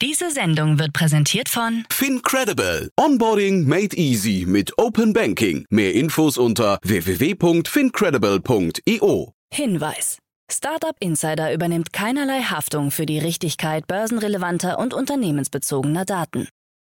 Diese Sendung wird präsentiert von FinCredible. Onboarding made easy mit Open Banking. Mehr Infos unter www.fincredible.io. Hinweis. Startup Insider übernimmt keinerlei Haftung für die Richtigkeit börsenrelevanter und unternehmensbezogener Daten.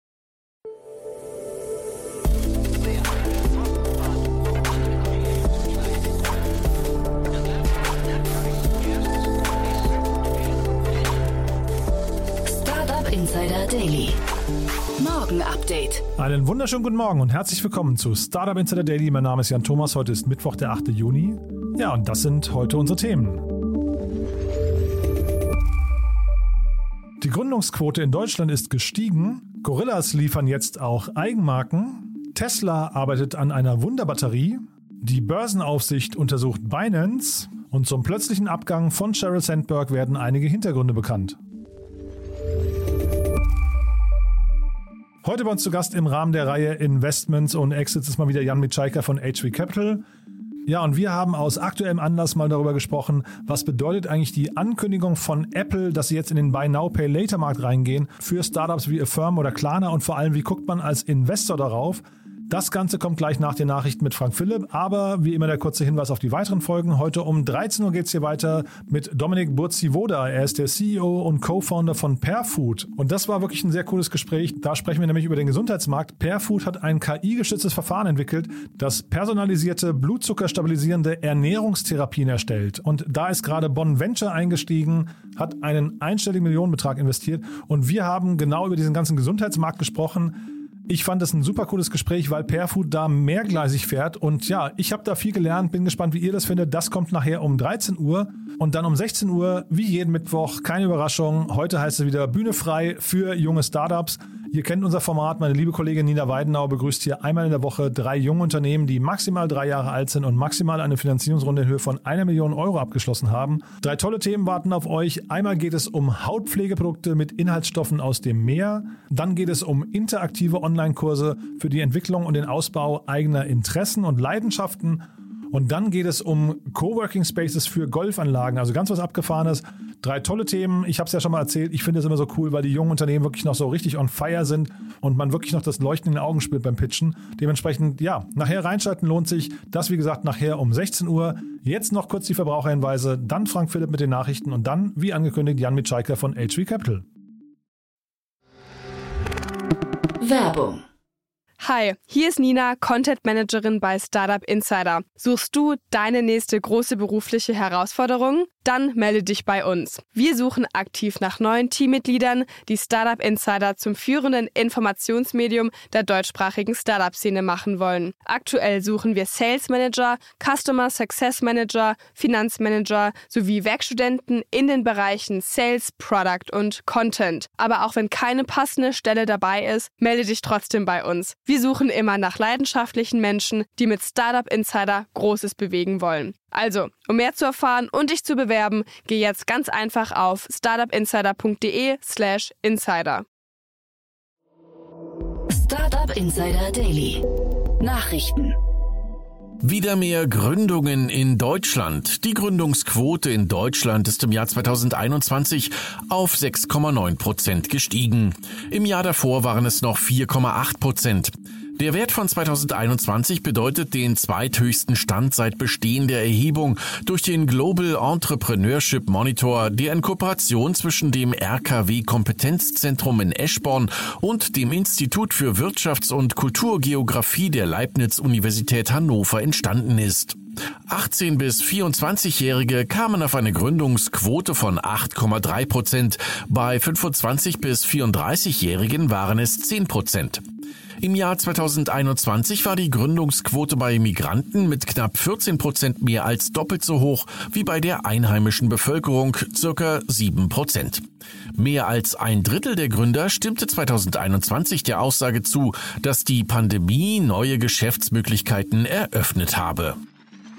Startup Insider Daily. Morgen Update. Einen wunderschönen guten Morgen und herzlich willkommen zu Startup Insider Daily. Mein Name ist Jan Thomas. Heute ist Mittwoch, der 8. Juni. Ja, und das sind heute unsere Themen. Die Gründungsquote in Deutschland ist gestiegen. Gorillas liefern jetzt auch Eigenmarken. Tesla arbeitet an einer Wunderbatterie. Die Börsenaufsicht untersucht Binance. Und zum plötzlichen Abgang von Sheryl Sandberg werden einige Hintergründe bekannt. Heute bei uns zu Gast im Rahmen der Reihe Investments und Exits ist mal wieder Jan Micajka von HV Capital. Ja, und wir haben aus aktuellem Anlass mal darüber gesprochen, was bedeutet eigentlich die Ankündigung von Apple, dass sie jetzt in den Buy Now Pay Later Markt reingehen für Startups wie Affirm oder Klarna und vor allem, wie guckt man als Investor darauf? Das Ganze kommt gleich nach den Nachrichten mit Frank Philipp, aber wie immer der kurze Hinweis auf die weiteren Folgen. Heute um 13 Uhr geht es hier weiter mit Dominik Burzivoda. Er ist der CEO und Co-Founder von Pearfood. Und das war wirklich ein sehr cooles Gespräch. Da sprechen wir nämlich über den Gesundheitsmarkt. Pearfood hat ein KI-gestütztes Verfahren entwickelt, das personalisierte, blutzuckerstabilisierende Ernährungstherapien erstellt. Und da ist gerade Bonn Venture eingestiegen, hat einen einstelligen Millionenbetrag investiert. Und wir haben genau über diesen ganzen Gesundheitsmarkt gesprochen. Ich fand es ein super cooles Gespräch, weil Pearfood da mehrgleisig fährt und ja, ich habe da viel gelernt, bin gespannt, wie ihr das findet. Das kommt nachher um 13 Uhr und dann um 16 Uhr, wie jeden Mittwoch, keine Überraschung. Heute heißt es wieder Bühne frei für junge Startups. Ihr kennt unser Format, meine liebe Kollegin Nina Weidenauer begrüßt hier einmal in der Woche 3 junge Unternehmen, die maximal 3 Jahre alt sind und maximal eine Finanzierungsrunde in Höhe von 1 Million Euro abgeschlossen haben. 3 tolle Themen warten auf euch. Einmal geht es um Hautpflegeprodukte mit Inhaltsstoffen aus dem Meer. Dann geht es um interaktive Online-Kurse für die Entwicklung und den Ausbau eigener Interessen und Leidenschaften. Und dann geht es um Coworking Spaces für Golfanlagen, also ganz was Abgefahrenes. 3 tolle Themen. Ich habe es ja schon mal erzählt. Ich finde es immer so cool, weil die jungen Unternehmen wirklich noch so richtig on fire sind und man wirklich noch das Leuchten in den Augen spürt beim Pitchen. Dementsprechend, ja, nachher reinschalten lohnt sich. Das, wie gesagt, nachher um 16 Uhr. Jetzt noch kurz die Verbraucherhinweise, dann Frank Philipp mit den Nachrichten und dann, wie angekündigt, Jan Micajka von HV Capital. Werbung. Hi, hier ist Nina, Content Managerin bei Startup Insider. Suchst du deine nächste große berufliche Herausforderung? Dann melde dich bei uns. Wir suchen aktiv nach neuen Teammitgliedern, die Startup Insider zum führenden Informationsmedium der deutschsprachigen Startup-Szene machen wollen. Aktuell suchen wir Sales Manager, Customer Success Manager, Finanzmanager sowie Werkstudenten in den Bereichen Sales, Product und Content. Aber auch wenn keine passende Stelle dabei ist, melde dich trotzdem bei uns. Wir suchen immer nach leidenschaftlichen Menschen, die mit Startup Insider Großes bewegen wollen. Also, um mehr zu erfahren und dich zu bewerben, geh jetzt ganz einfach auf startupinsider.de/insider. Startup Insider Daily. Nachrichten. Wieder mehr Gründungen in Deutschland. Die Gründungsquote in Deutschland ist im Jahr 2021 auf 6,9% gestiegen. Im Jahr davor waren es noch 4,8%. Der Wert von 2021 bedeutet den zweithöchsten Stand seit Bestehen der Erhebung durch den Global Entrepreneurship Monitor, der in Kooperation zwischen dem RKW-Kompetenzzentrum in Eschborn und dem Institut für Wirtschafts- und Kulturgeografie der Leibniz-Universität Hannover entstanden ist. 18- bis 24-Jährige kamen auf eine Gründungsquote von 8,3%. Bei 25- bis 34-Jährigen waren es 10%. Im Jahr 2021 war die Gründungsquote bei Migranten mit knapp 14% mehr als doppelt so hoch wie bei der einheimischen Bevölkerung, ca. 7%. Mehr als ein Drittel der Gründer stimmte 2021 der Aussage zu, dass die Pandemie neue Geschäftsmöglichkeiten eröffnet habe.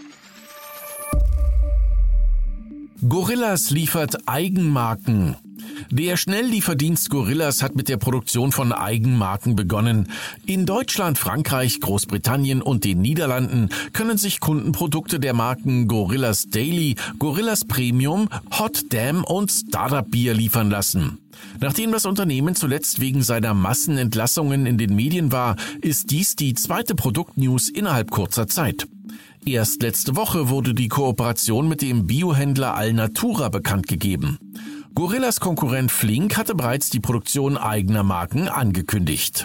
Gorillas liefert Eigenmarken. Der Schnelllieferdienst Gorillas hat mit der Produktion von Eigenmarken begonnen. In Deutschland, Frankreich, Großbritannien und den Niederlanden können sich Kunden Produkte der Marken Gorillas Daily, Gorillas Premium, Hot Damn und Startup Bier liefern lassen. Nachdem das Unternehmen zuletzt wegen seiner Massenentlassungen in den Medien war, ist dies die zweite Produktnews innerhalb kurzer Zeit. Erst letzte Woche wurde die Kooperation mit dem Biohändler Alnatura bekannt gegeben. Gorillas Konkurrent Flink hatte bereits die Produktion eigener Marken angekündigt.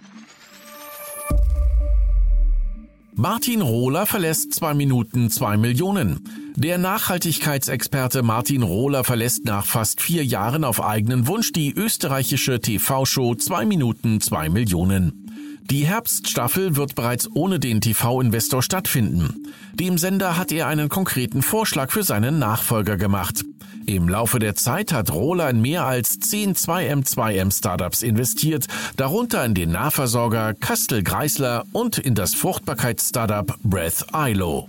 Martin Rohler verlässt 2 Minuten 2 Millionen. Der Nachhaltigkeitsexperte Martin Rohler verlässt nach fast 4 Jahren auf eigenen Wunsch die österreichische TV-Show 2 Minuten 2 Millionen. Die Herbststaffel wird bereits ohne den TV-Investor stattfinden. Dem Sender hat er einen konkreten Vorschlag für seinen Nachfolger gemacht. Im Laufe der Zeit hat Rohler in mehr als 10 2M2M-Startups investiert, darunter in den Nahversorger Kastel Greisler und in das Fruchtbarkeits-Startup Breath ILO.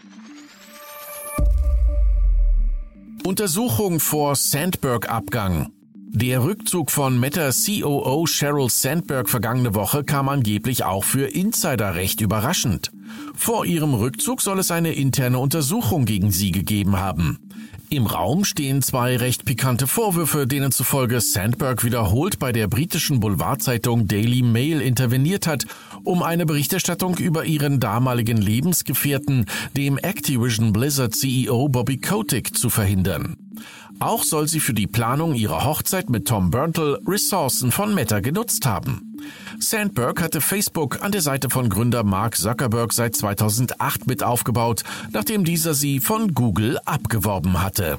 Untersuchung vor Sandberg-Abgang. Der Rückzug von Meta COO Sheryl Sandberg vergangene Woche kam angeblich auch für Insider recht überraschend. Vor ihrem Rückzug soll es eine interne Untersuchung gegen sie gegeben haben. Im Raum stehen 2 recht pikante Vorwürfe, denen zufolge Sandberg wiederholt bei der britischen Boulevardzeitung Daily Mail interveniert hat, um eine Berichterstattung über ihren damaligen Lebensgefährten, dem Activision Blizzard CEO Bobby Kotick, zu verhindern. Auch soll sie für die Planung ihrer Hochzeit mit Tom Bernthal Ressourcen von Meta genutzt haben. Sandberg hatte Facebook an der Seite von Gründer Mark Zuckerberg seit 2008 mit aufgebaut, nachdem dieser sie von Google abgeworben hatte.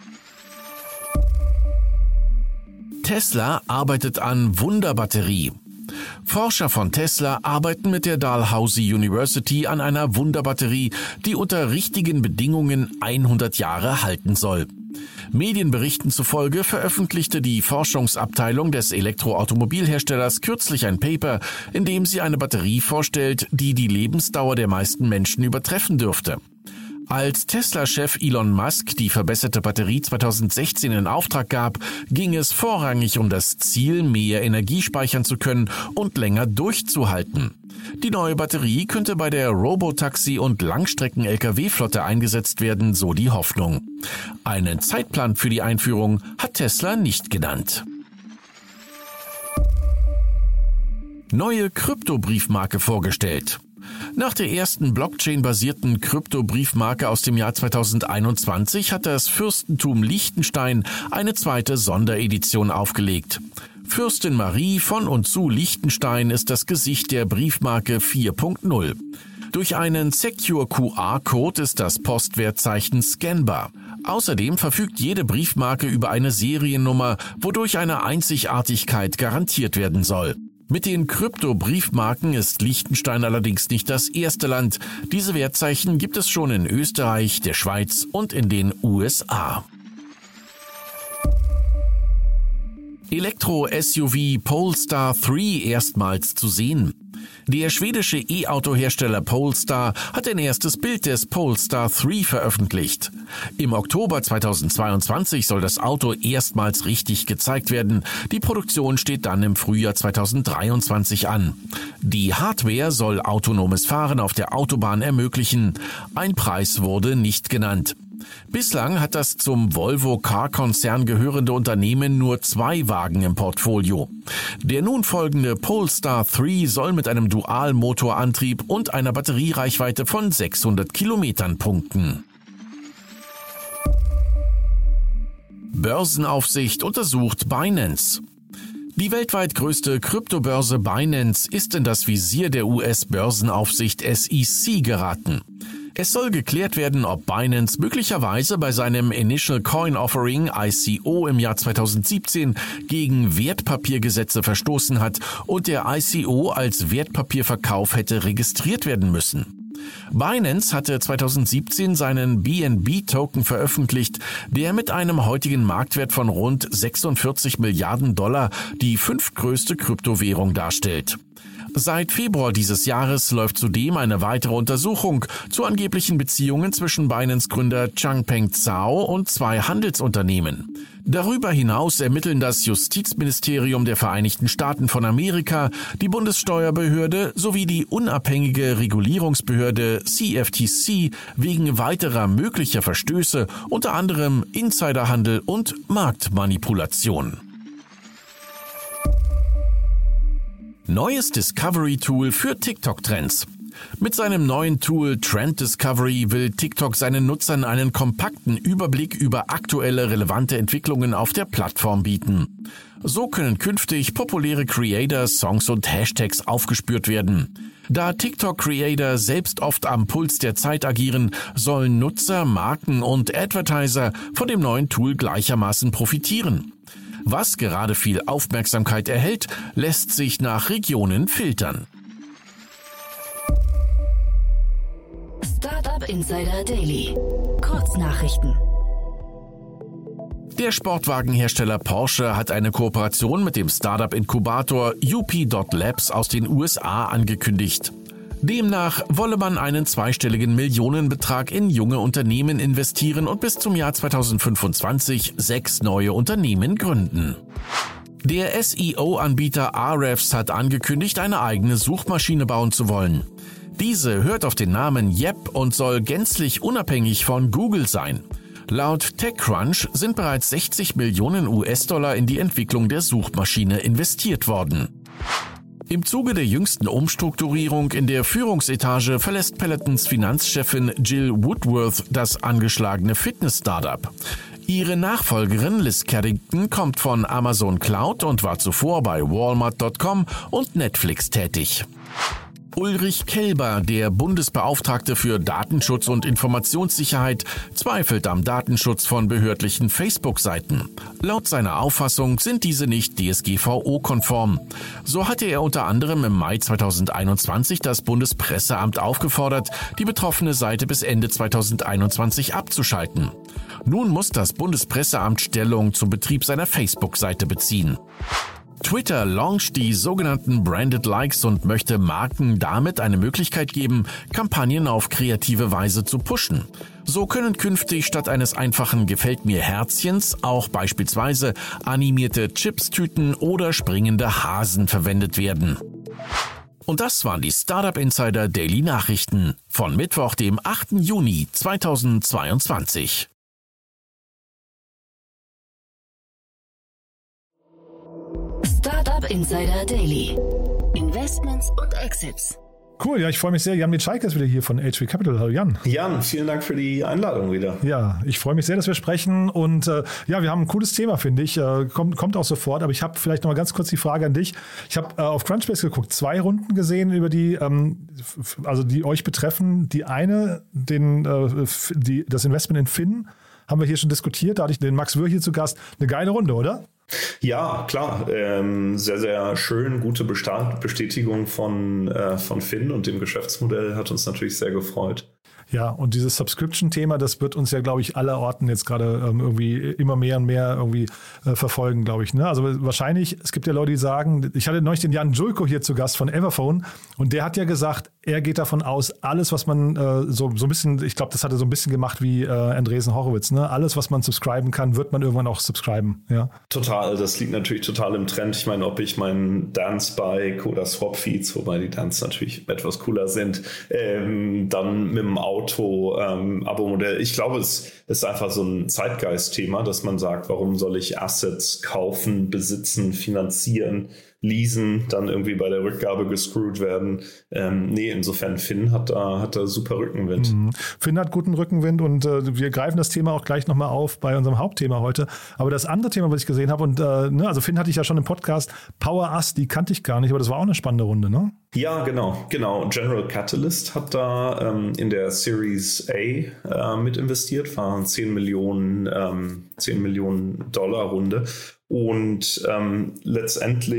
Tesla arbeitet an Wunderbatterie. Forscher von Tesla arbeiten mit der Dalhousie University an einer Wunderbatterie, die unter richtigen Bedingungen 100 Jahre halten soll. Medienberichten zufolge veröffentlichte die Forschungsabteilung des Elektroautomobilherstellers kürzlich ein Paper, in dem sie eine Batterie vorstellt, die die Lebensdauer der meisten Menschen übertreffen dürfte. Als Tesla-Chef Elon Musk die verbesserte Batterie 2016 in Auftrag gab, ging es vorrangig um das Ziel, mehr Energie speichern zu können und länger durchzuhalten. Die neue Batterie könnte bei der Robotaxi- und Langstrecken-Lkw-Flotte eingesetzt werden, so die Hoffnung. Einen Zeitplan für die Einführung hat Tesla nicht genannt. Neue Kryptobriefmarke vorgestellt. Nach der ersten Blockchain-basierten Kryptobriefmarke aus dem Jahr 2021 hat das Fürstentum Liechtenstein eine zweite Sonderedition aufgelegt. Fürstin Marie von und zu Liechtenstein ist das Gesicht der Briefmarke 4.0. Durch einen Secure QR-Code ist das Postwertzeichen scannbar. Außerdem verfügt jede Briefmarke über eine Seriennummer, wodurch eine Einzigartigkeit garantiert werden soll. Mit den Krypto-Briefmarken ist Liechtenstein allerdings nicht das erste Land. Diese Wertzeichen gibt es schon in Österreich, der Schweiz und in den USA. Elektro-SUV Polestar 3 erstmals zu sehen. Der schwedische E-Auto-Hersteller Polestar hat ein erstes Bild des Polestar 3 veröffentlicht. Im Oktober 2022 soll das Auto erstmals richtig gezeigt werden. Die Produktion steht dann im Frühjahr 2023 an. Die Hardware soll autonomes Fahren auf der Autobahn ermöglichen. Ein Preis wurde nicht genannt. Bislang hat das zum Volvo-Car-Konzern gehörende Unternehmen nur 2 Wagen im Portfolio. Der nun folgende Polestar 3 soll mit einem Dualmotorantrieb und einer Batteriereichweite von 600 Kilometern punkten. Börsenaufsicht untersucht Binance. Die weltweit größte Kryptobörse Binance ist in das Visier der US-Börsenaufsicht SEC geraten. Es soll geklärt werden, ob Binance möglicherweise bei seinem Initial Coin Offering ICO im Jahr 2017 gegen Wertpapiergesetze verstoßen hat und der ICO als Wertpapierverkauf hätte registriert werden müssen. Binance hatte 2017 seinen BNB-Token veröffentlicht, der mit einem heutigen Marktwert von rund $46 Milliarden die 5. größte Kryptowährung darstellt. Seit Februar dieses Jahres läuft zudem eine weitere Untersuchung zu angeblichen Beziehungen zwischen Binance-Gründer Changpeng Zhao und 2 Handelsunternehmen. Darüber hinaus ermitteln das Justizministerium der Vereinigten Staaten von Amerika, die Bundessteuerbehörde sowie die unabhängige Regulierungsbehörde CFTC wegen weiterer möglicher Verstöße, unter anderem Insiderhandel und Marktmanipulation. Neues Discovery-Tool für TikTok-Trends. Mit seinem neuen Tool Trend Discovery will TikTok seinen Nutzern einen kompakten Überblick über aktuelle relevante Entwicklungen auf der Plattform bieten. So können künftig populäre Creator, Songs und Hashtags aufgespürt werden. Da TikTok-Creator selbst oft am Puls der Zeit agieren, sollen Nutzer, Marken und Advertiser von dem neuen Tool gleichermaßen profitieren. Was gerade viel Aufmerksamkeit erhält, lässt sich nach Regionen filtern. Startup Insider Daily. Kurznachrichten. Der Sportwagenhersteller Porsche hat eine Kooperation mit dem Startup-Inkubator UP.Labs aus den USA angekündigt. Demnach wolle man einen zweistelligen Millionenbetrag in junge Unternehmen investieren und bis zum Jahr 2025 6 neue Unternehmen gründen. Der SEO-Anbieter Ahrefs hat angekündigt, eine eigene Suchmaschine bauen zu wollen. Diese hört auf den Namen Yep und soll gänzlich unabhängig von Google sein. Laut TechCrunch sind bereits 60 Millionen US-Dollar in die Entwicklung der Suchmaschine investiert worden. Im Zuge der jüngsten Umstrukturierung in der Führungsetage verlässt Pelotons Finanzchefin Jill Woodworth das angeschlagene Fitness-Startup. Ihre Nachfolgerin Liz Carrington kommt von Amazon Cloud und war zuvor bei Walmart.com und Netflix tätig. Ulrich Kelber, der Bundesbeauftragte für Datenschutz und Informationssicherheit, zweifelt am Datenschutz von behördlichen Facebook-Seiten. Laut seiner Auffassung sind diese nicht DSGVO-konform. So hatte er unter anderem im Mai 2021 das Bundespresseamt aufgefordert, die betroffene Seite bis Ende 2021 abzuschalten. Nun muss das Bundespresseamt Stellung zum Betrieb seiner Facebook-Seite beziehen. Twitter launcht die sogenannten Branded Likes und möchte Marken damit eine Möglichkeit geben, Kampagnen auf kreative Weise zu pushen. So können künftig statt eines einfachen Gefällt mir Herzchens auch beispielsweise animierte Chipstüten oder springende Hasen verwendet werden. Und das waren die Startup Insider Daily Nachrichten von Mittwoch, dem 8. Juni 2022. Startup Insider Daily. Investments und Exits. Cool, ja, ich freue mich sehr. Jan Mitschaiker ist wieder hier von HV Capital. Hallo Jan. Jan, vielen Dank für die Einladung wieder. Ja, ich freue mich sehr, dass wir sprechen und ja, wir haben ein cooles Thema, finde ich. Kommt auch sofort, aber ich habe vielleicht noch mal ganz kurz die Frage an dich. Ich habe auf Crunchbase geguckt, 2 Runden gesehen, über die, also die euch betreffen. Die eine, das Investment in Finn, haben wir hier schon diskutiert. Da hatte ich den Max Wöhr hier zu Gast. Eine geile Runde, oder? Ja, klar. Sehr, sehr schön. Gute Bestätigung von Finn und dem Geschäftsmodell hat uns natürlich sehr gefreut. Ja, und dieses Subscription-Thema, das wird uns ja, glaube ich, aller Orten jetzt gerade irgendwie immer mehr und mehr irgendwie verfolgen, glaube ich. Ne? Also wahrscheinlich, es gibt ja Leute, die sagen, ich hatte neulich den Jan Julko hier zu Gast von Everphone und der hat ja gesagt, er geht davon aus, alles, was man so ein bisschen, ich glaube, das hat er so ein bisschen gemacht wie Andreessen Horowitz, ne? Alles, was man subscriben kann, wird man irgendwann auch subscriben. Ja? Total, das liegt natürlich total im Trend. Ich meine, ob ich meinen Dance-Bike oder Swap-Feeds, wobei die Dance natürlich etwas cooler sind, dann mit dem Auto-Abo-Modell. Ich glaube, es ist einfach so ein Zeitgeist-Thema, dass man sagt, warum soll ich Assets kaufen, besitzen, finanzieren, leasen, dann irgendwie bei der Rückgabe gescrewt werden. Nee, insofern Finn hat da super Rückenwind. Finn hat guten Rückenwind und wir greifen das Thema auch gleich nochmal auf bei unserem Hauptthema heute. Aber das andere Thema, was ich gesehen habe, und also Finn hatte ich ja schon im Podcast, Power Us, die kannte ich gar nicht, aber das war auch eine spannende Runde, ne? Ja, genau. General Catalyst hat da in der Series A mit investiert, war 10 Millionen $10 Runde. Und letztendlich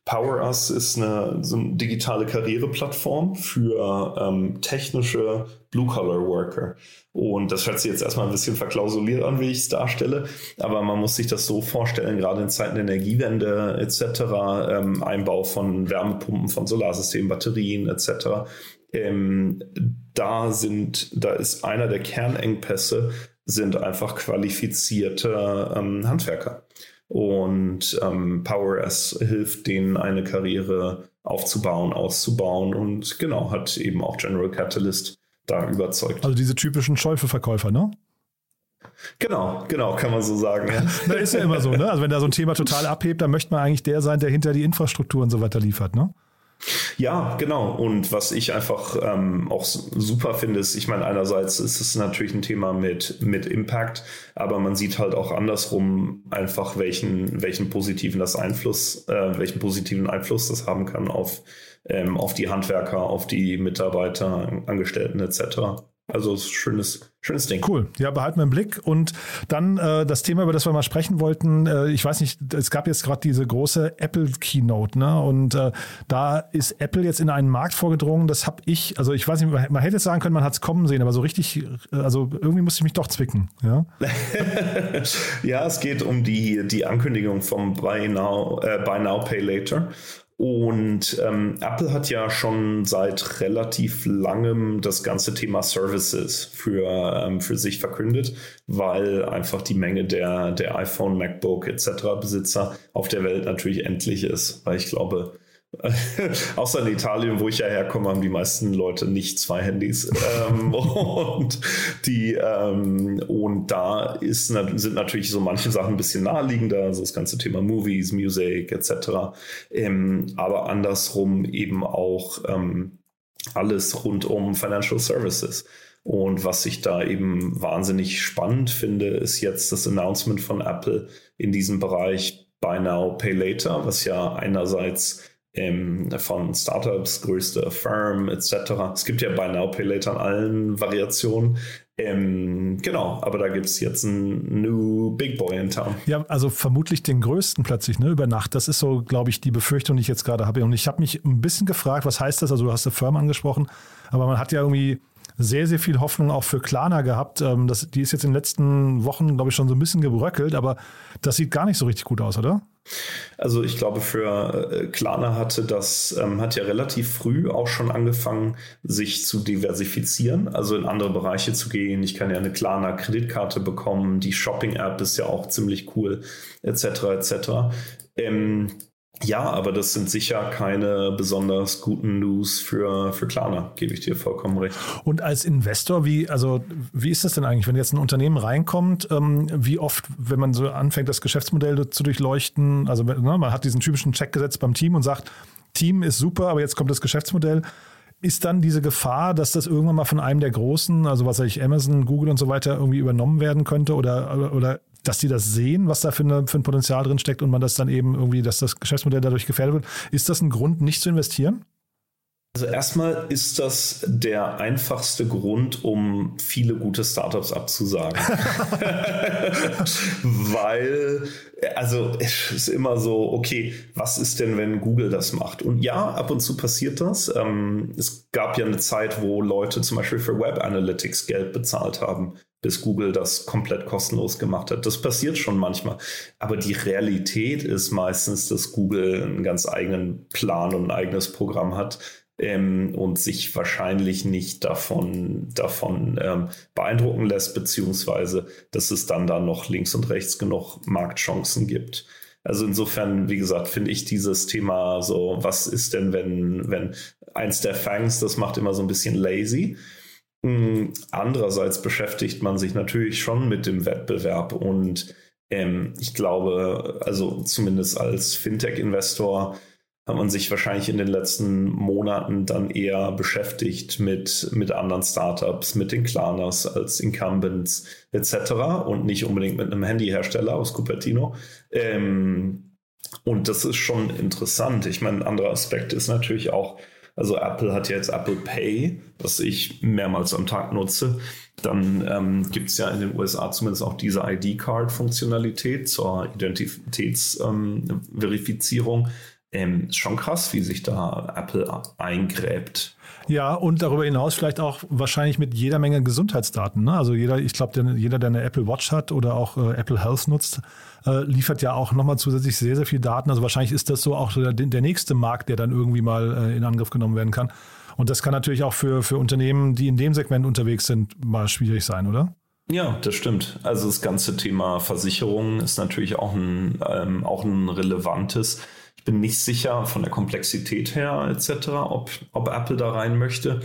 PowerUs ist so eine digitale Karriereplattform für technische Blue-Collar-Worker. Und das hört sich jetzt erstmal ein bisschen verklausuliert an, wie ich es darstelle, aber man muss sich das so vorstellen, gerade in Zeiten der Energiewende etc., Einbau von Wärmepumpen, von Solarsystemen, Batterien etc., da ist einer der Kernengpässe, sind einfach qualifizierte Handwerker. Und PowerUs hilft denen, eine Karriere aufzubauen, auszubauen und genau, hat eben auch General Catalyst da überzeugt. Also diese typischen Schäufelverkäufer, ne? Genau, kann man so sagen. Ja. Das ist ja immer so, ne? Also wenn da so ein Thema total abhebt, dann möchte man eigentlich der sein, der hinter die Infrastruktur und so weiter liefert, ne? Ja, genau. Und was ich einfach auch super finde, ist, ich meine, einerseits ist es natürlich ein Thema mit Impact, aber man sieht halt auch andersrum einfach, welchen positiven Einfluss das haben kann auf die Handwerker, auf die Mitarbeiter, Angestellten etc. Also schönes Ding. Cool. Ja, behalten wir im Blick. Und dann das Thema, über das wir mal sprechen wollten. Ich weiß nicht, es gab jetzt gerade diese große Apple-Keynote, ne? Und da ist Apple jetzt in einen Markt vorgedrungen. Das habe ich weiß nicht, man hätte jetzt sagen können, man hat es kommen sehen, aber so richtig, also irgendwie musste ich mich doch zwicken. Ja, ja, es geht um die Ankündigung vom Buy Now, Pay Later. Und Apple hat ja schon seit relativ langem das ganze Thema Services für sich verkündet, weil einfach die Menge der iPhone, MacBook etc. Besitzer auf der Welt natürlich endlich ist. Weil ich glaube, außer in Italien, wo ich ja herkomme, haben die meisten Leute nicht 2 Handys. Und da sind natürlich so manche Sachen ein bisschen naheliegender, also das ganze Thema Movies, Music etc. Aber andersrum eben auch alles rund um Financial Services. Und was ich da eben wahnsinnig spannend finde, ist jetzt das Announcement von Apple in diesem Bereich Buy Now, Pay Later, was ja einerseits von Startups, größte Firm etc. Es gibt ja Buy Now, Pay Later in allen Variationen. Genau, aber da gibt es jetzt einen new Big Boy in town. Ja, also vermutlich den größten plötzlich, ne, über Nacht. Das ist so, glaube ich, die Befürchtung, die ich jetzt gerade habe. Und ich habe mich ein bisschen gefragt, was heißt das? Also du hast eine Firma angesprochen, aber man hat ja irgendwie sehr, sehr viel Hoffnung auch für Klarna gehabt. Die ist jetzt in den letzten Wochen, glaube ich, schon so ein bisschen gebröckelt, aber das sieht gar nicht so richtig gut aus, oder? Also ich glaube, für Klarna hat ja relativ früh auch schon angefangen, sich zu diversifizieren, also in andere Bereiche zu gehen. Ich kann ja eine Klarna-Kreditkarte bekommen, die Shopping-App ist ja auch ziemlich cool, etc. etc. Ja, aber das sind sicher keine besonders guten News für Klarna, gebe ich dir vollkommen recht. Und als Investor, wie ist das denn eigentlich, wenn jetzt ein Unternehmen reinkommt, wie oft, wenn man so anfängt, das Geschäftsmodell zu durchleuchten, also man hat diesen typischen Check gesetzt beim Team und sagt, Team ist super, aber jetzt kommt das Geschäftsmodell. Ist dann diese Gefahr, dass das irgendwann mal von einem der Großen, also was weiß ich, Amazon, Google und so weiter irgendwie übernommen werden könnte oder dass die das sehen, was da für ein Potenzial drin steckt und man das dann eben irgendwie, dass das Geschäftsmodell dadurch gefährdet wird. Ist das ein Grund, nicht zu investieren? Also erstmal ist das der einfachste Grund, um viele gute Startups abzusagen. Weil, also es ist immer so, okay, was ist denn, wenn Google das macht? Und ja, ab und zu passiert das. Es gab ja eine Zeit, wo Leute zum Beispiel für Web Analytics Geld bezahlt haben, bis Google das komplett kostenlos gemacht hat. Das passiert schon manchmal. Aber die Realität ist meistens, dass Google einen ganz eigenen Plan und ein eigenes Programm hat, und sich wahrscheinlich nicht davon beeindrucken lässt, beziehungsweise dass es dann da noch links und rechts genug Marktchancen gibt. Also insofern, wie gesagt, finde ich dieses Thema so, was ist denn, wenn eins der Fangs, das macht immer so ein bisschen lazy. Andererseits beschäftigt man sich natürlich schon mit dem Wettbewerb und ich glaube, also zumindest als Fintech-Investor hat man sich wahrscheinlich in den letzten Monaten dann eher beschäftigt mit anderen Startups, mit den Klarnas als Incumbents etc. und nicht unbedingt mit einem Handyhersteller aus Cupertino. Und das ist schon interessant. Ich meine, ein anderer Aspekt ist natürlich auch, also Apple hat jetzt Apple Pay, was ich mehrmals am Tag nutze. Dann gibt es ja in den USA zumindest auch diese ID-Card-Funktionalität zur Identitätsverifizierung. Ist schon krass, wie sich da Apple eingräbt. Ja, und darüber hinaus vielleicht auch wahrscheinlich mit jeder Menge Gesundheitsdaten. Ne? Also ich glaube, jeder, der eine Apple Watch hat oder auch Apple Health nutzt, liefert ja auch nochmal zusätzlich sehr, sehr viel Daten. Also wahrscheinlich ist das so auch der nächste Markt, der dann irgendwie mal in Angriff genommen werden kann. Und das kann natürlich auch für Unternehmen, die in dem Segment unterwegs sind, mal schwierig sein, oder? Ja, das stimmt. Also das ganze Thema Versicherung ist natürlich auch ein relevantes. Ich bin nicht sicher von der Komplexität her etc., ob Apple da rein möchte.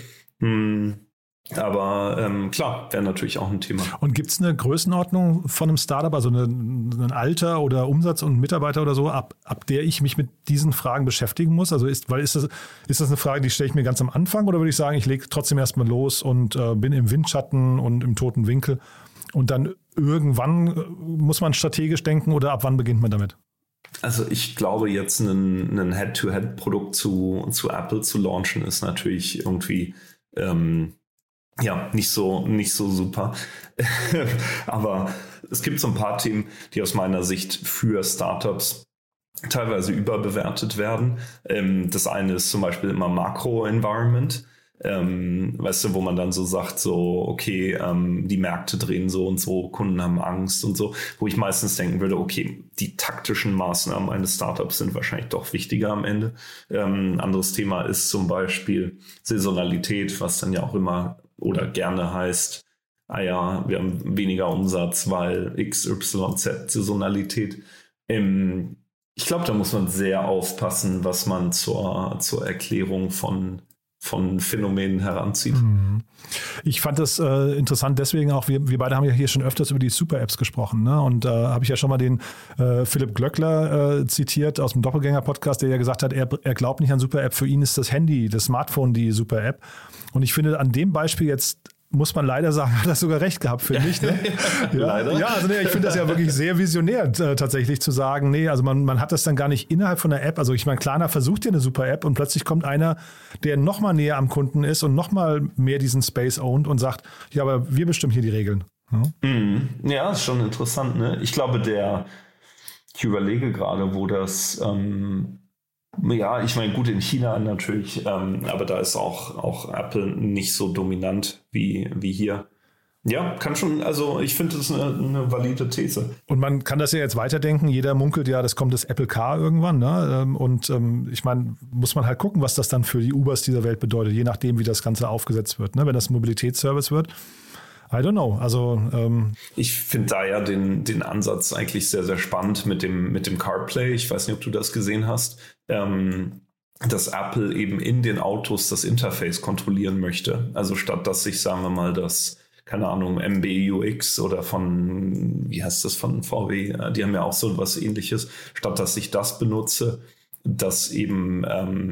Aber klar, wäre natürlich auch ein Thema. Und gibt es eine Größenordnung von einem Startup, also ein Alter oder Umsatz und Mitarbeiter oder so, ab der ich mich mit diesen Fragen beschäftigen muss? Also ist das eine Frage, die stelle ich mir ganz am Anfang, oder würde ich sagen, ich lege trotzdem erstmal los und bin im Windschatten und im toten Winkel und dann irgendwann muss man strategisch denken, oder ab wann beginnt man damit? Also ich glaube, jetzt ein Head-to-Head-Produkt zu Apple zu launchen, ist natürlich irgendwie nicht so super. Aber es gibt so ein paar Themen, die aus meiner Sicht für Startups teilweise überbewertet werden. Das eine ist zum Beispiel immer Makro-Environment. Weißt du, wo man dann so sagt, so, okay, die Märkte drehen so und so, Kunden haben Angst und so, wo ich meistens denken würde, okay, die taktischen Maßnahmen eines Startups sind wahrscheinlich doch wichtiger am Ende. Anderes Thema ist zum Beispiel Saisonalität, was dann ja auch immer oder gerne heißt, wir haben weniger Umsatz, weil XYZ Saisonalität. Ich glaube, da muss man sehr aufpassen, was man zur Erklärung von Phänomenen heranzieht. Ich fand das interessant, deswegen auch, wir beide haben ja hier schon öfters über die Super-Apps gesprochen, ne? Und habe ich ja schon mal den Philipp Glöckler zitiert aus dem Doppelgänger-Podcast, der ja gesagt hat, er glaubt nicht an Super-App, für ihn ist das Handy, das Smartphone die Super-App. Und ich finde, an dem Beispiel jetzt muss man leider sagen, hat er sogar recht gehabt, finde ich. Ne? Ja, leider. Ja, also ich finde das ja wirklich sehr visionär, tatsächlich zu sagen, also man hat das dann gar nicht innerhalb von der App. Also ich meine, Klarna versucht ja eine super App und plötzlich kommt einer, der noch mal näher am Kunden ist und noch mal mehr diesen Space ownt und sagt, ja, aber wir bestimmen hier die Regeln. Ja, ist schon interessant. Ne? Ich glaube, ich überlege gerade, wo das ich meine, gut, in China natürlich, aber da ist auch Apple nicht so dominant wie hier. Ja, kann schon, also ich finde das eine valide These. Und man kann das ja jetzt weiterdenken, jeder munkelt ja, das kommt das Apple Car irgendwann, ne? Und ich meine, muss man halt gucken, was das dann für die Ubers dieser Welt bedeutet, je nachdem, wie das Ganze aufgesetzt wird, ne? Wenn das ein Mobilitätsservice wird. I don't know. Also ich finde da ja den Ansatz eigentlich sehr, sehr spannend mit dem CarPlay. Ich weiß nicht, ob du das gesehen hast, dass Apple eben in den Autos das Interface kontrollieren möchte. Also statt dass ich, sagen wir mal, das, keine Ahnung, MBUX oder von VW, die haben ja auch so was Ähnliches, statt dass ich das benutze, dass eben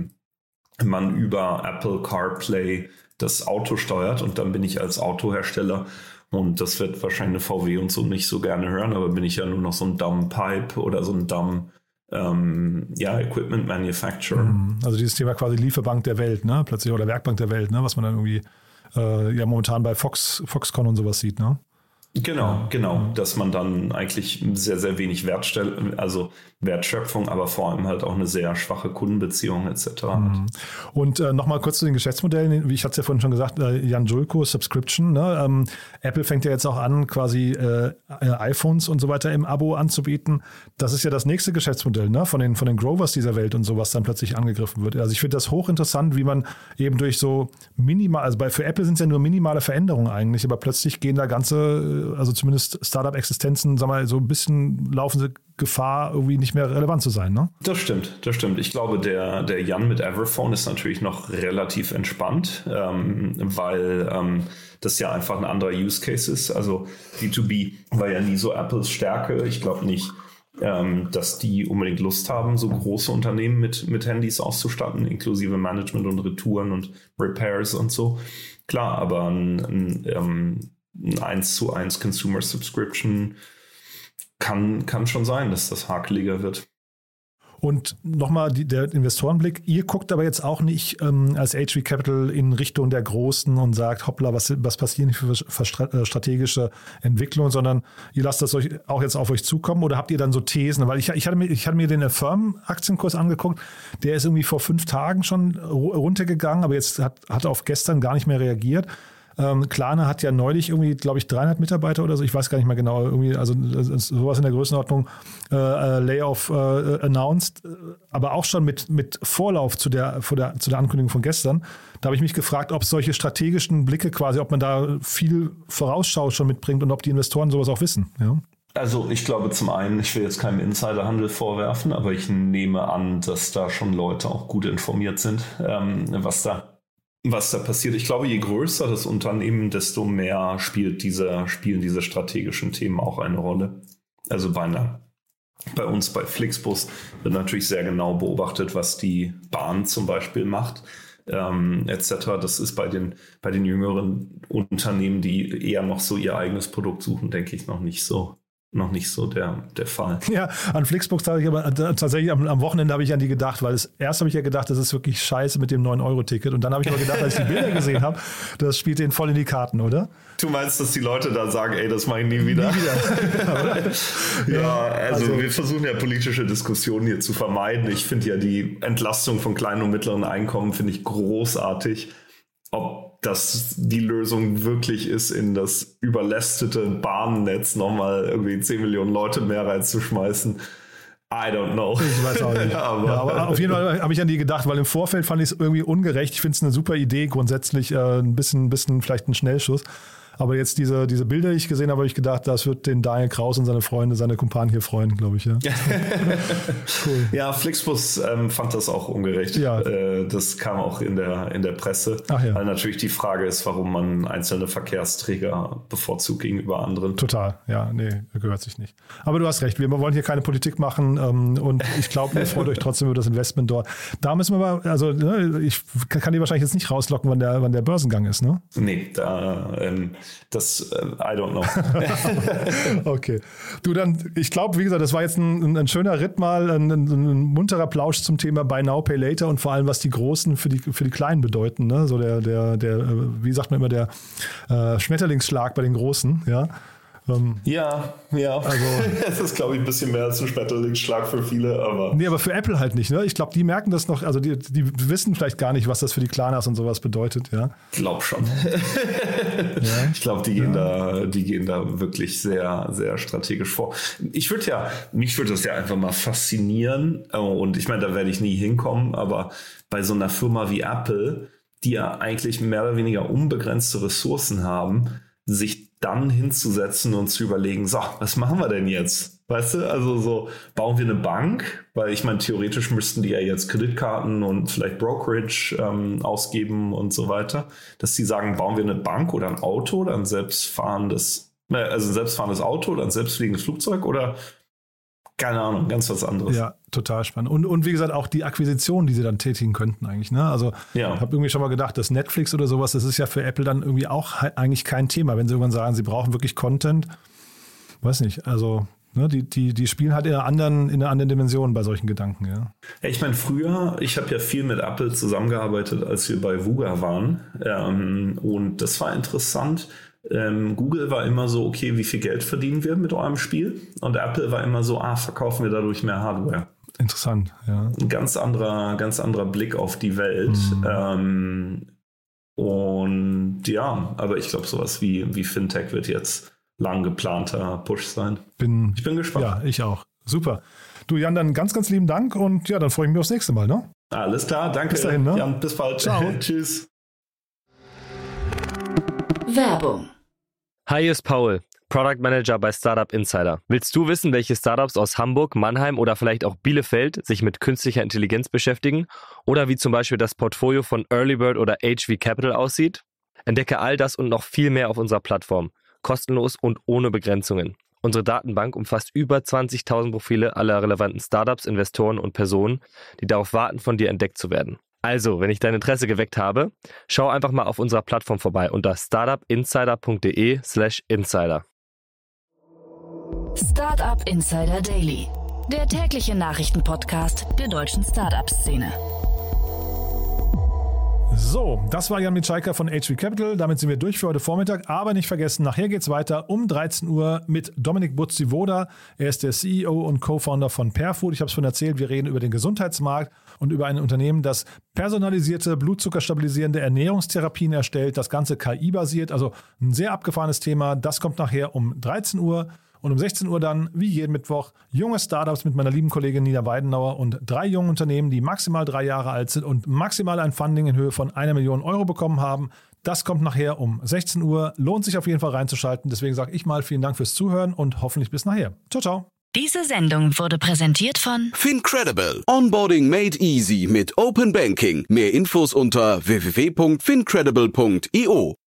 man über Apple CarPlay das Auto steuert, und dann bin ich als Autohersteller, und das wird wahrscheinlich eine VW und so nicht so gerne hören, aber bin ich ja nur noch so ein Dumb Pipe oder so ein Dumb Equipment Manufacturer. Also dieses Thema quasi Lieferbank der Welt, ne, plötzlich, oder Werkbank der Welt, ne, was man dann irgendwie momentan bei Foxconn und sowas sieht, ne? Genau, dass man dann eigentlich sehr, sehr wenig Wertschöpfung, aber vor allem halt auch eine sehr schwache Kundenbeziehung etc. hat. Und nochmal kurz zu den Geschäftsmodellen, wie ich hatte es ja vorhin schon gesagt, Jan Julko, Subscription, ne? Apple fängt ja jetzt auch an, quasi iPhones und so weiter im Abo anzubieten. Das ist ja das nächste Geschäftsmodell, ne? Von den Grovers dieser Welt und sowas dann plötzlich angegriffen wird. Also ich finde das hochinteressant, wie man eben durch so für Apple sind es ja nur minimale Veränderungen eigentlich, aber plötzlich gehen da also zumindest Startup-Existenzen, sagen wir mal, so ein bisschen laufen sie Gefahr, irgendwie nicht mehr relevant zu sein, ne? Das stimmt. Ich glaube, der Jan mit Everphone ist natürlich noch relativ entspannt, weil das ja einfach ein anderer Use Case ist. Also B2B war ja nie so Apples Stärke. Ich glaube nicht, dass die unbedingt Lust haben, so große Unternehmen mit Handys auszustatten, inklusive Management und Retouren und Repairs und so. Klar, aber ein 1:1 Consumer Subscription kann schon sein, dass das hakeliger wird. Und nochmal der Investorenblick, ihr guckt aber jetzt auch nicht als HV Capital in Richtung der Großen und sagt, hoppla, was passieren hier für strategische Entwicklungen, sondern ihr lasst das euch auch jetzt auf euch zukommen oder habt ihr dann so Thesen? Weil ich hatte mir den Affirm-Aktienkurs angeguckt, der ist irgendwie vor 5 Tagen schon runtergegangen, aber jetzt hat auf gestern gar nicht mehr reagiert. Klarna hat ja neulich irgendwie, glaube ich, 300 Mitarbeiter oder so, ich weiß gar nicht mehr genau, irgendwie, also sowas in der Größenordnung, Layoff announced, aber auch schon mit Vorlauf zu der Ankündigung von gestern. Da habe ich mich gefragt, ob solche strategischen Blicke quasi, ob man da viel Vorausschau schon mitbringt und ob die Investoren sowas auch wissen. Ja? Also ich glaube zum einen, ich will jetzt keinem Insiderhandel vorwerfen, aber ich nehme an, dass da schon Leute auch gut informiert sind, was da passiert. Ich glaube, je größer das Unternehmen, desto mehr spielen diese strategischen Themen auch eine Rolle. Also bei uns bei Flixbus wird natürlich sehr genau beobachtet, was die Bahn zum Beispiel macht, etc. Das ist bei den jüngeren Unternehmen, die eher noch so ihr eigenes Produkt suchen, denke ich, noch nicht so der Fall. Ja, an Flixbus habe ich aber tatsächlich am Wochenende habe ich an die gedacht, weil erst habe ich ja gedacht, das ist wirklich scheiße mit dem 9-Euro-Ticket und dann habe ich aber gedacht, als ich die Bilder gesehen habe, das spielt denen voll in die Karten, oder? Du meinst, dass die Leute da sagen, ey, das mache ich nie wieder? Nie wieder. Ja, also wir versuchen ja politische Diskussionen hier zu vermeiden. Ich finde ja die Entlastung von kleinen und mittleren Einkommen finde ich großartig. Ob das die Lösung wirklich ist, in das überlastete Bahnnetz nochmal irgendwie 10 Millionen Leute mehr reinzuschmeißen, I don't know. Ich weiß auch nicht. aber auf jeden Fall habe ich an die gedacht, weil im Vorfeld fand ich es irgendwie ungerecht. Ich finde es eine super Idee, grundsätzlich ein bisschen vielleicht ein Schnellschuss. Aber jetzt diese Bilder, die ich gesehen habe ich gedacht, das wird den Daniel Kraus und seine Freunde, seine Kumpanen hier freuen, glaube ich. Ja, cool. Ja, Flixbus fand das auch ungerecht. Ja. Das kam auch in der Presse. Ach ja. Weil natürlich die Frage ist, warum man einzelne Verkehrsträger bevorzugt gegenüber anderen. Total, ja, nee, gehört sich nicht. Aber du hast recht, wir wollen hier keine Politik machen und ich glaube, ihr freut euch trotzdem über das Investment dort. Da müssen wir aber, also ich kann dir wahrscheinlich jetzt nicht rauslocken, wann der Börsengang ist, ne? Nee, das, I don't know. Okay. Du, dann, ich glaube, wie gesagt, das war jetzt ein schöner Ritt mal, ein munterer Plausch zum Thema Buy Now, Pay Later und vor allem, was die Großen für die Kleinen bedeuten. Ne? So der, wie sagt man immer, der Schmetterlingsschlag bei den Großen, ja. Ja. Also, das ist, glaube ich, ein bisschen mehr als ein Schmetterlingsschlag für viele, aber. Nee, aber für Apple halt nicht, ne? Ich glaube, die merken das noch, also die wissen vielleicht gar nicht, was das für die Klarnas und sowas bedeutet, ja. Glaub schon. Ja. Ich glaube, die gehen da wirklich sehr, sehr strategisch vor. Mich würde das ja einfach mal faszinieren, und ich meine, da werde ich nie hinkommen, aber bei so einer Firma wie Apple, die ja eigentlich mehr oder weniger unbegrenzte Ressourcen haben, sich dann hinzusetzen und zu überlegen, so, was machen wir denn jetzt? Weißt du, also so, bauen wir eine Bank? Weil ich meine, theoretisch müssten die ja jetzt Kreditkarten und vielleicht Brokerage ausgeben und so weiter. Dass die sagen, bauen wir eine Bank oder ein Auto oder ein selbstfahrendes Auto oder ein selbstfliegendes Flugzeug oder keine Ahnung, ganz was anderes. Ja, total spannend. Und wie gesagt, auch die Akquisition, die sie dann tätigen könnten eigentlich. Ne? Also ich habe irgendwie schon mal gedacht, dass Netflix oder sowas, das ist ja für Apple dann irgendwie auch eigentlich kein Thema. Wenn sie irgendwann sagen, sie brauchen wirklich Content, weiß nicht, also ne, die spielen halt in einer anderen Dimension bei solchen Gedanken. Ja. Ich meine, früher, ich habe ja viel mit Apple zusammengearbeitet, als wir bei VUGA waren, und das war interessant. Google war immer so, okay, wie viel Geld verdienen wir mit eurem Spiel? Und Apple war immer so, verkaufen wir dadurch mehr Hardware. Interessant, ja. Ein ganz anderer Blick auf die Welt. Und ja, aber ich glaube, sowas wie Fintech wird jetzt lang geplanter Push sein. Ich bin gespannt. Ja, ich auch. Super. Du, Jan, dann ganz, ganz lieben Dank und ja, dann freue ich mich aufs nächste Mal, ne? Alles klar, danke. Bis dahin, ne? Jan, bis bald. Ciao. Tschüss. Werbung. Hi, hier ist Paul, Product Manager bei Startup Insider. Willst du wissen, welche Startups aus Hamburg, Mannheim oder vielleicht auch Bielefeld sich mit künstlicher Intelligenz beschäftigen? Oder wie zum Beispiel das Portfolio von Earlybird oder HV Capital aussieht? Entdecke all das und noch viel mehr auf unserer Plattform. Kostenlos und ohne Begrenzungen. Unsere Datenbank umfasst über 20.000 Profile aller relevanten Startups, Investoren und Personen, die darauf warten, von dir entdeckt zu werden. Also, wenn ich dein Interesse geweckt habe, schau einfach mal auf unserer Plattform vorbei unter startupinsider.de/insider. Startup Insider Daily. der tägliche Nachrichtenpodcast der deutschen Startup-Szene. So, das war Jan Mitschaiker von HV Capital. Damit sind wir durch für heute Vormittag. Aber nicht vergessen, nachher geht's weiter um 13 Uhr mit Dominik Butziwoda. Er ist der CEO und Co-Founder von Perfood. Ich habe es schon erzählt, wir reden über den Gesundheitsmarkt und über ein Unternehmen, das personalisierte, blutzuckerstabilisierende Ernährungstherapien erstellt. Das Ganze KI-basiert, also ein sehr abgefahrenes Thema. Das kommt nachher um 13 Uhr. Und um 16 Uhr dann, wie jeden Mittwoch, junge Startups mit meiner lieben Kollegin Nina Weidenauer und 3 jungen Unternehmen, die maximal 3 Jahre alt sind und maximal ein Funding in Höhe von 1 Million Euro bekommen haben. Das kommt nachher um 16 Uhr. Lohnt sich auf jeden Fall reinzuschalten. Deswegen sage ich mal vielen Dank fürs Zuhören und hoffentlich bis nachher. Ciao, ciao. Diese Sendung wurde präsentiert von FinCredible. Onboarding made easy mit Open Banking. Mehr Infos unter www.fincredible.io.